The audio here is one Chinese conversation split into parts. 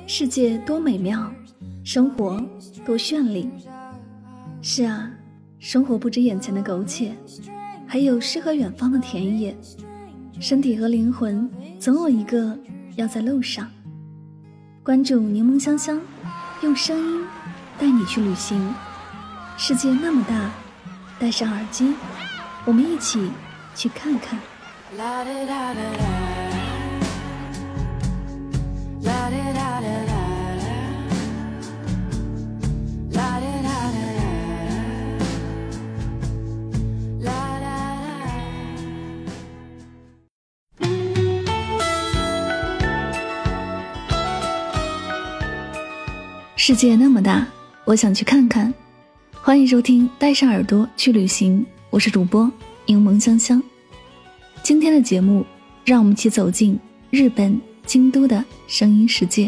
世界多美妙，生活多绚丽。是啊，生活不止眼前的苟且，还有诗和远方的田野。身体和灵魂总有一个要在路上。关注柠檬香香，用声音带你去旅行。世界那么大，戴上耳机，我们一起去看看。世界那么大，我想去看看。欢迎收听带上耳朵去旅行，我是主播柠檬香香。今天的节目，让我们一起走进日本京都的声音世界。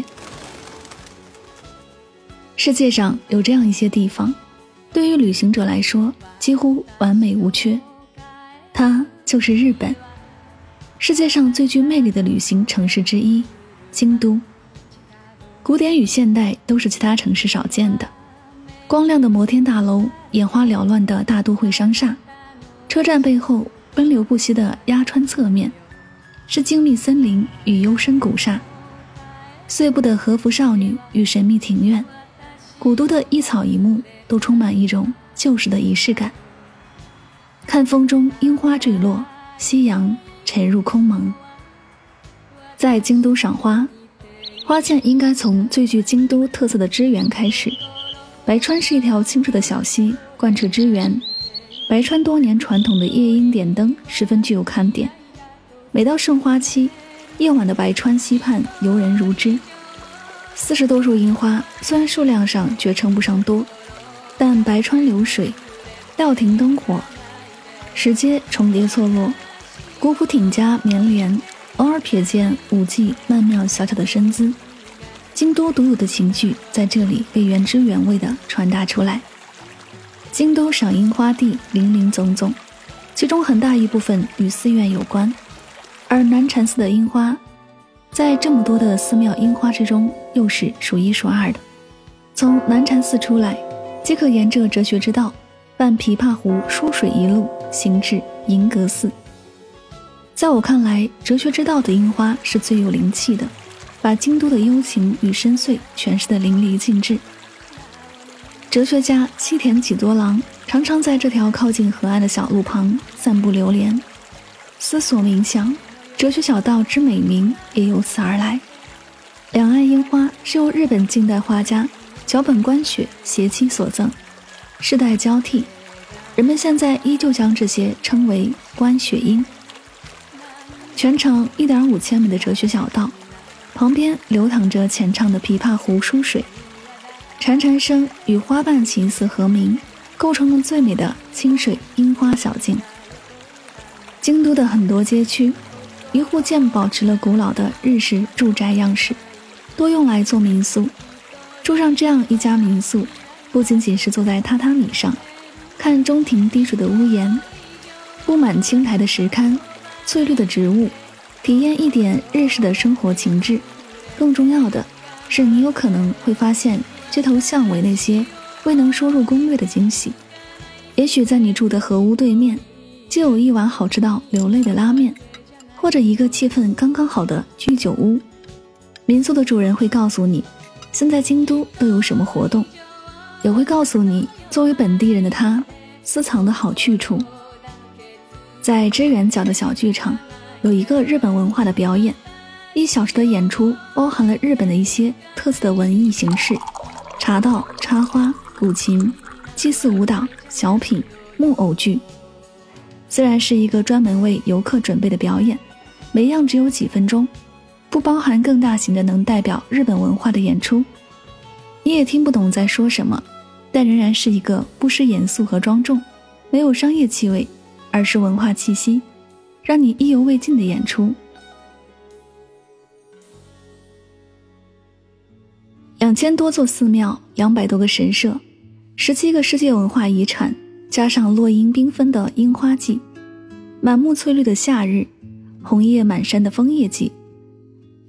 世界上有这样一些地方，对于旅行者来说几乎完美无缺，它就是日本，世界上最具魅力的旅行城市之一，京都。古典与现代都是其他城市少见的，光亮的摩天大楼，眼花缭乱的大都会商厦，车站背后奔流不息的鸭川侧面，是静谧森林与幽深古刹，碎步的和服少女与神秘庭院，古都的一草一木都充满一种旧时的仪式感。看风中樱花坠落，夕阳沉入空蒙。在京都赏花，花见应该从最具京都特色的支原开始。白川是一条清澈的小溪，贯彻支原。白川多年传统的夜莺点灯十分具有看点。每到盛花期，夜晚的白川溪畔游人如织。40多束樱花虽然数量上绝称不上多，但白川流水，料亭灯火，石阶重叠错落，古朴挺家绵连，偶尔瞥见舞伎曼妙小巧的身姿。京都独有的情绪在这里被原汁原味地传达出来。京都赏樱花地林林总总，其中很大一部分与寺院有关，而南禅寺的樱花在这么多的寺庙樱花之中又是数一数二的。从南禅寺出来，即可沿着哲学之道伴琵琶湖疏水一路行至银阁寺。在我看来，哲学之道的樱花是最有灵气的，把京都的幽情与深邃诠释得淋漓尽致。哲学家西田几多郎常常在这条靠近河岸的小路旁散步流连，思索冥想，哲学小道之美名也由此而来。两岸樱花是由日本近代画家桥本观雪携妻所赠，世代交替，人们现在依旧将这些称为观雪樱。全长1.5千米的哲学小道，旁边流淌着浅唱的琵琶湖疏水，潺潺声与花瓣琴瑟和鸣，构成了最美的清水樱花小径。京都的很多街区，一户建保持了古老的日式住宅样式，多用来做民宿。住上这样一家民宿，不仅仅是坐在榻榻米上，看中庭滴水的屋檐，布满青苔的石龛，翠绿的植物，体验一点日式的生活情致。更重要的是，你有可能会发现街头巷尾那些未能收入攻略的惊喜。也许在你住的河屋对面，就有一碗好吃到流泪的拉面，或者一个气氛刚刚好的居酒屋。民宿的主人会告诉你现在京都都有什么活动，也会告诉你作为本地人的他私藏的好去处。在支原角的小剧场有一个日本文化的表演，1小时的演出包含了日本的一些特色的文艺形式，茶道、插花、古琴、祭祀舞蹈、小品、木偶剧。虽然是一个专门为游客准备的表演，每样只有几分钟，不包含更大型的能代表日本文化的演出，你也听不懂在说什么，但仍然是一个不失严肃和庄重，没有商业气味，而是文化气息，让你意犹未尽的演出。2000多座寺庙，200多个神社，17个世界文化遗产，加上落英缤纷的樱花季，满目翠绿的夏日，红叶满山的枫叶季，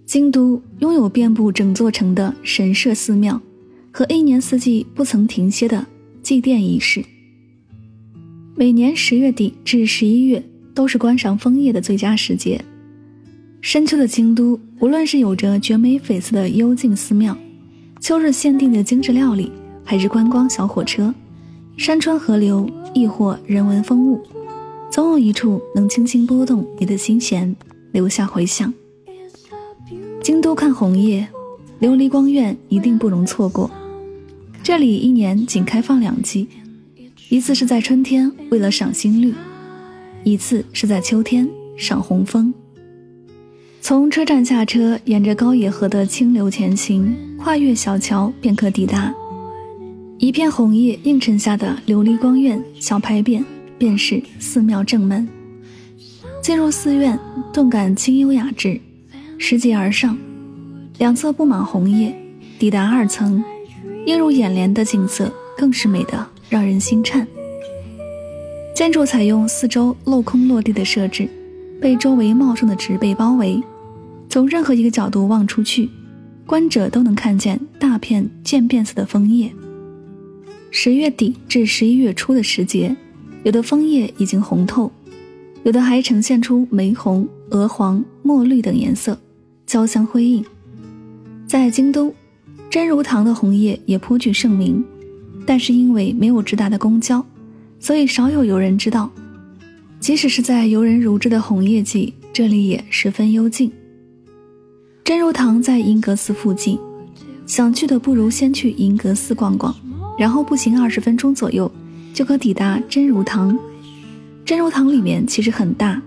京都拥有遍布整座城的神社寺庙和一年四季不曾停歇的祭奠仪式。每年10月底至11月都是观赏枫叶的最佳时节。深秋的京都，无论是有着绝美翡翠的幽静寺庙，秋日限定的精致料理，还是观光小火车，山川河流，亦或人文风物，总有一处能轻轻拨动你的心弦，留下回响。京都看红叶，琉璃光院一定不容错过。这里一年仅开放2季，一次是在春天为了赏新绿，一次是在秋天赏红枫。从车站下车，沿着高野河的清流前行，跨越小桥便可抵达。一片红叶映衬下的琉璃光院小牌匾便是寺庙正门。进入寺院，顿感清幽雅致，拾级而上，两侧布满红叶，抵达2层，映入眼帘的景色更是美得让人心颤。建筑采用四周镂空落地的设置，被周围茂盛的植被包围，从任何一个角度望出去，观者都能看见大片渐变色的枫叶。10月底至11月初的时节，有的枫叶已经红透，有的还呈现出玫红、鹅黄、墨绿等颜色，交相辉映。在京都，真如堂的红叶也颇具盛名，但是因为没有直达的公交，所以少有游人知道。即使是在游人如织的红叶季，这里也十分幽静。真如堂在银阁寺附近，想去的不如先去银阁寺逛逛，然后步行20分钟左右就可抵达真如堂。真如堂里面其实很大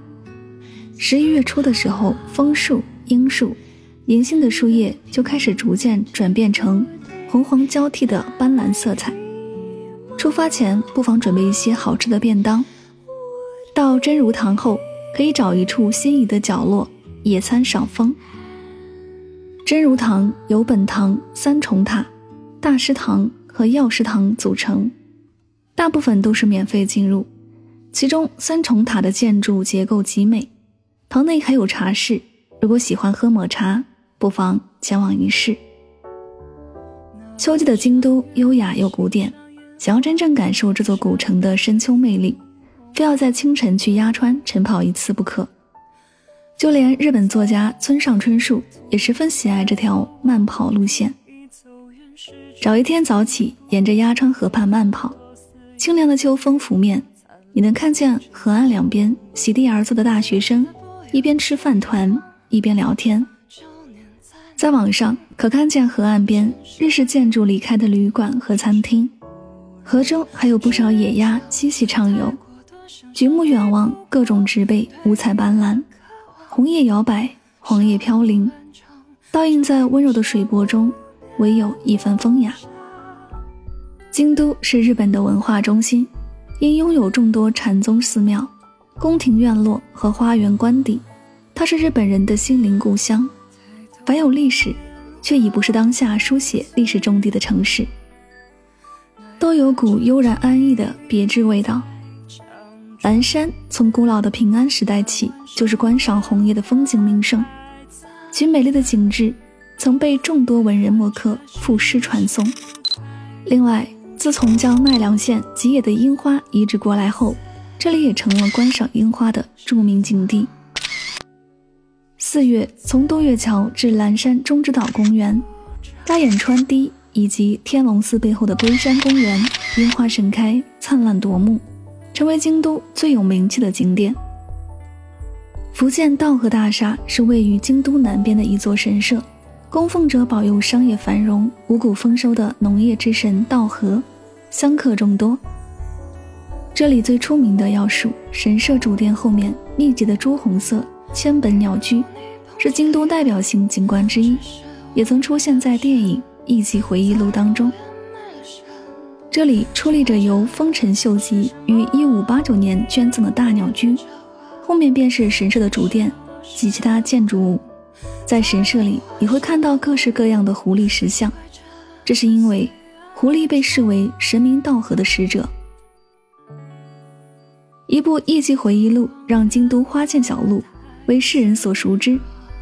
，11月初的时候，枫树、樱树、银杏的树叶就开始逐渐转变成红黄交替的斑斓色彩。出发前不妨准备一些好吃的便当，到真如堂后可以找一处心仪的角落野餐赏枫。真如堂由本堂3重塔、大师堂和药师堂组成，大部分都是免费进入，其中3重塔的建筑结构极美，堂内还有茶室，如果喜欢喝抹茶，不妨前往一试。秋季的京都优雅又古典，想要真正感受这座古城的深秋魅力，非要在清晨去鸭川晨跑一次不可。就连日本作家村上春树也十分喜爱这条慢跑路线。找一天早起，沿着鸭川河畔慢跑，清凉的秋风拂面，你能看见河岸两边席地而坐的大学生，一边吃饭团一边聊天。在网上可看见河岸边日式建筑里开的旅馆和餐厅，河中还有不少野鸭嬉戏畅游。举目远望，各种植被五彩斑斓，红叶摇摆，黄叶飘零，倒映在温柔的水波中，唯有一番风雅。京都是日本的文化中心，因拥有众多禅宗寺庙、宫廷院落和花园官邸，它是日本人的心灵故乡。凡有历史，却已不是当下书写历史重地的城市，都有股悠然安逸的别致味道。岚山从古老的平安时代起就是观赏红叶的风景名胜，其美丽的景致曾被众多文人墨客赋诗传颂。另外，自从将奈良县吉野的樱花移植过来后，这里也成了观赏樱花的著名景地。4月，从渡月桥至岚山中之岛公园、大眼川堤以及天龙寺背后的龟山公园，樱花盛开，灿烂夺目，成为京都最有名气的景点。福建道和大厦是位于京都南边的一座神社，供奉着保佑商业繁荣、五谷丰收的农业之神道和，香客众多。这里最出名的要数神社主殿后面密集的朱红色千本鸟居，是京都代表性景观之一，也曾出现在电影《艺伎回忆录》当中。这里矗立着由丰臣秀吉于1589年捐赠的大鸟居，后面便是神社的主殿及其他建筑物。在神社里你会看到各式各样的狐狸石像，这是因为狐狸被视为神明道和的使者。一部《艺伎回忆录》让京都花见小路为世人所熟知。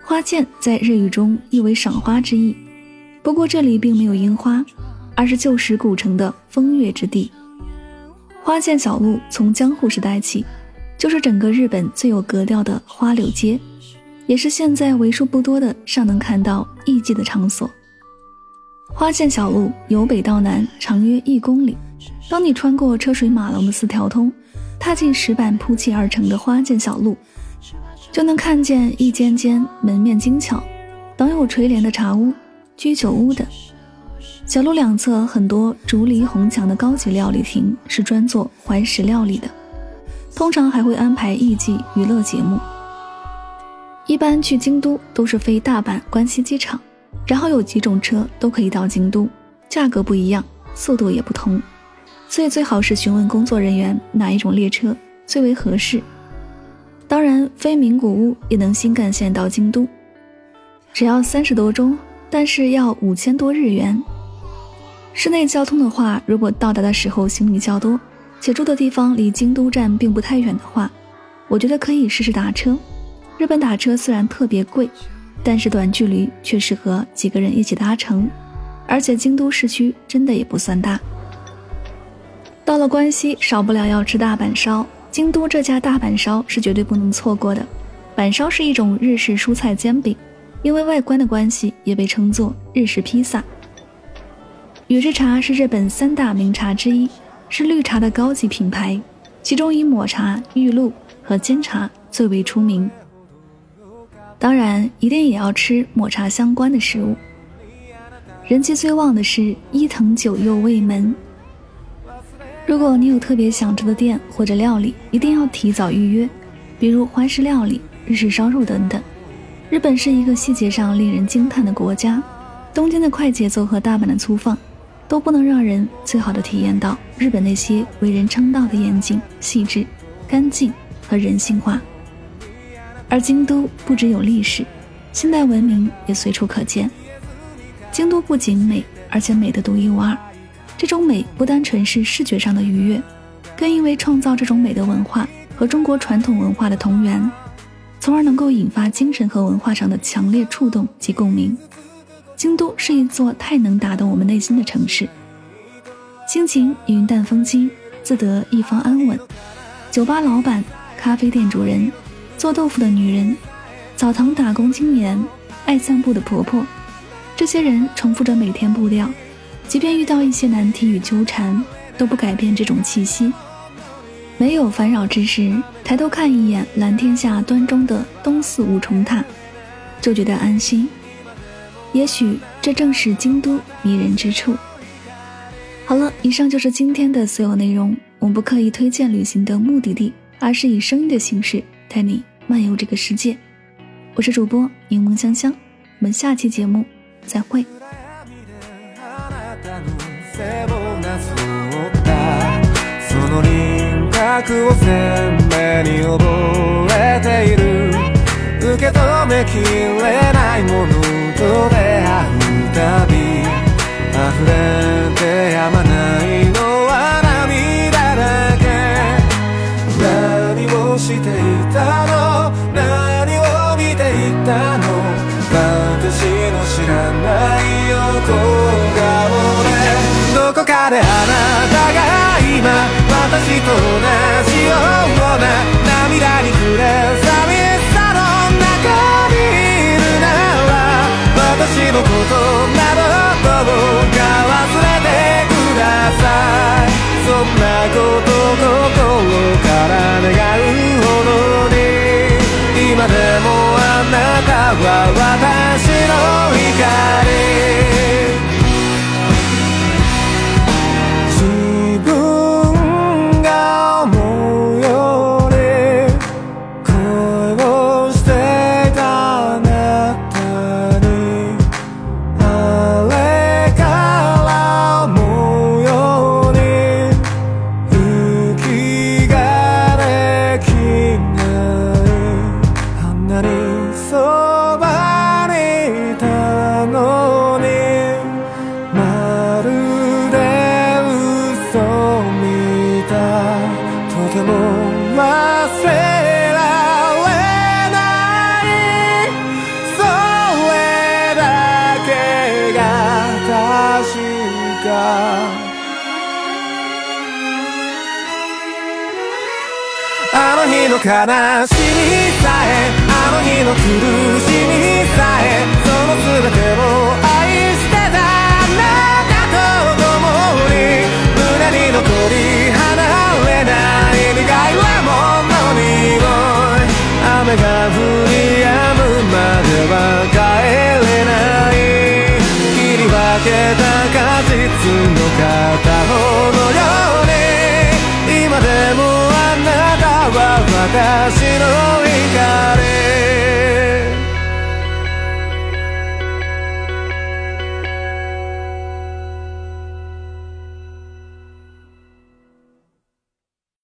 花见在日语中意为赏花之意，不过这里并没有樱花，而是旧时古城的风月之地。花见小路从江户时代起就是整个日本最有格调的花柳街，也是现在为数不多的尚能看到艺妓的场所。花见小路由北到南长约1公里，当你穿过车水马龙的4条通，踏进石板铺砌而成的花见小路，就能看见一间间门面精巧、挡有垂帘的茶屋、居酒屋等。小路两侧很多竹篱红墙的高级料理厅是专做怀石料理的，通常还会安排艺妓娱乐节目。一般去京都都是飞大阪关西机场，然后有几种车都可以到京都，价格不一样，速度也不同，所以最好是询问工作人员哪一种列车最为合适。当然飞名古屋也能新干线到京都，只要30多钟，但是要5000多日元。市内交通的话，如果到达的时候行李较多，且住的地方离京都站并不太远的话，我觉得可以试试打车。日本打车虽然特别贵，但是短距离却适合几个人一起搭乘，而且京都市区真的也不算大。到了关西，少不了要吃大阪烧，京都这家大阪烧是绝对不能错过的。阪烧是一种日式蔬菜煎饼，因为外观的关系也被称作日式披萨。宇治茶是日本3大名茶之一，是绿茶的高级品牌，其中以抹茶、玉露和煎茶最为出名。当然一定也要吃抹茶相关的食物。人气最旺的是伊藤久右卫门。如果你有特别想吃的店或者料理，一定要提早预约，比如怀石料理、日式烧肉等等。日本是一个细节上令人惊叹的国家，东京的快节奏和大阪的粗放都不能让人最好的体验到日本那些为人称道的严谨、细致、干净和人性化。而京都不只有历史，现代文明也随处可见。京都不仅美，而且美得独一无二。这种美不单纯是视觉上的愉悦，更因为创造这种美的文化和中国传统文化的同源，从而能够引发精神和文化上的强烈触动及共鸣。京都是一座太能打动我们内心的城市，心情云淡风轻，自得一方安稳。酒吧老板、咖啡店主人、做豆腐的女人、澡堂打工青年、爱散步的婆婆，这些人重复着每天步调，即便遇到一些难题与纠缠，都不改变这种气息。没有烦扰之时，抬头看一眼蓝天下端中的东寺五重塔，就觉得安心。也许这正是京都迷人之处。好了，以上就是今天的所有内容。我们不刻意推荐旅行的目的地，而是以声音的形式带你漫游这个世界。我是主播柠檬香香，我们下期节目再会。 受け止めきれないものと出会うたび溢れてやまないのは涙だけ。何をしていたの、何を見ていたの、私の知らない横顔でどこかであなたが今私と同じような涙に暮れ寂しさの中にいるなら、私のことなどどうか忘れてください。そんなこと心から願うほどに今でもあなたは私の光。自分が思うより恋をしていたあなたに、あれから思うように息ができない。あんなにそばにあの日の悲しみさえ、あの日の苦しみさえ、その全てを愛してたあなたと共に、胸に残り離れない苦いはものに雨が降り止むまでは帰れない、切り分けた果実の片方のように、今でもあなたは私の光。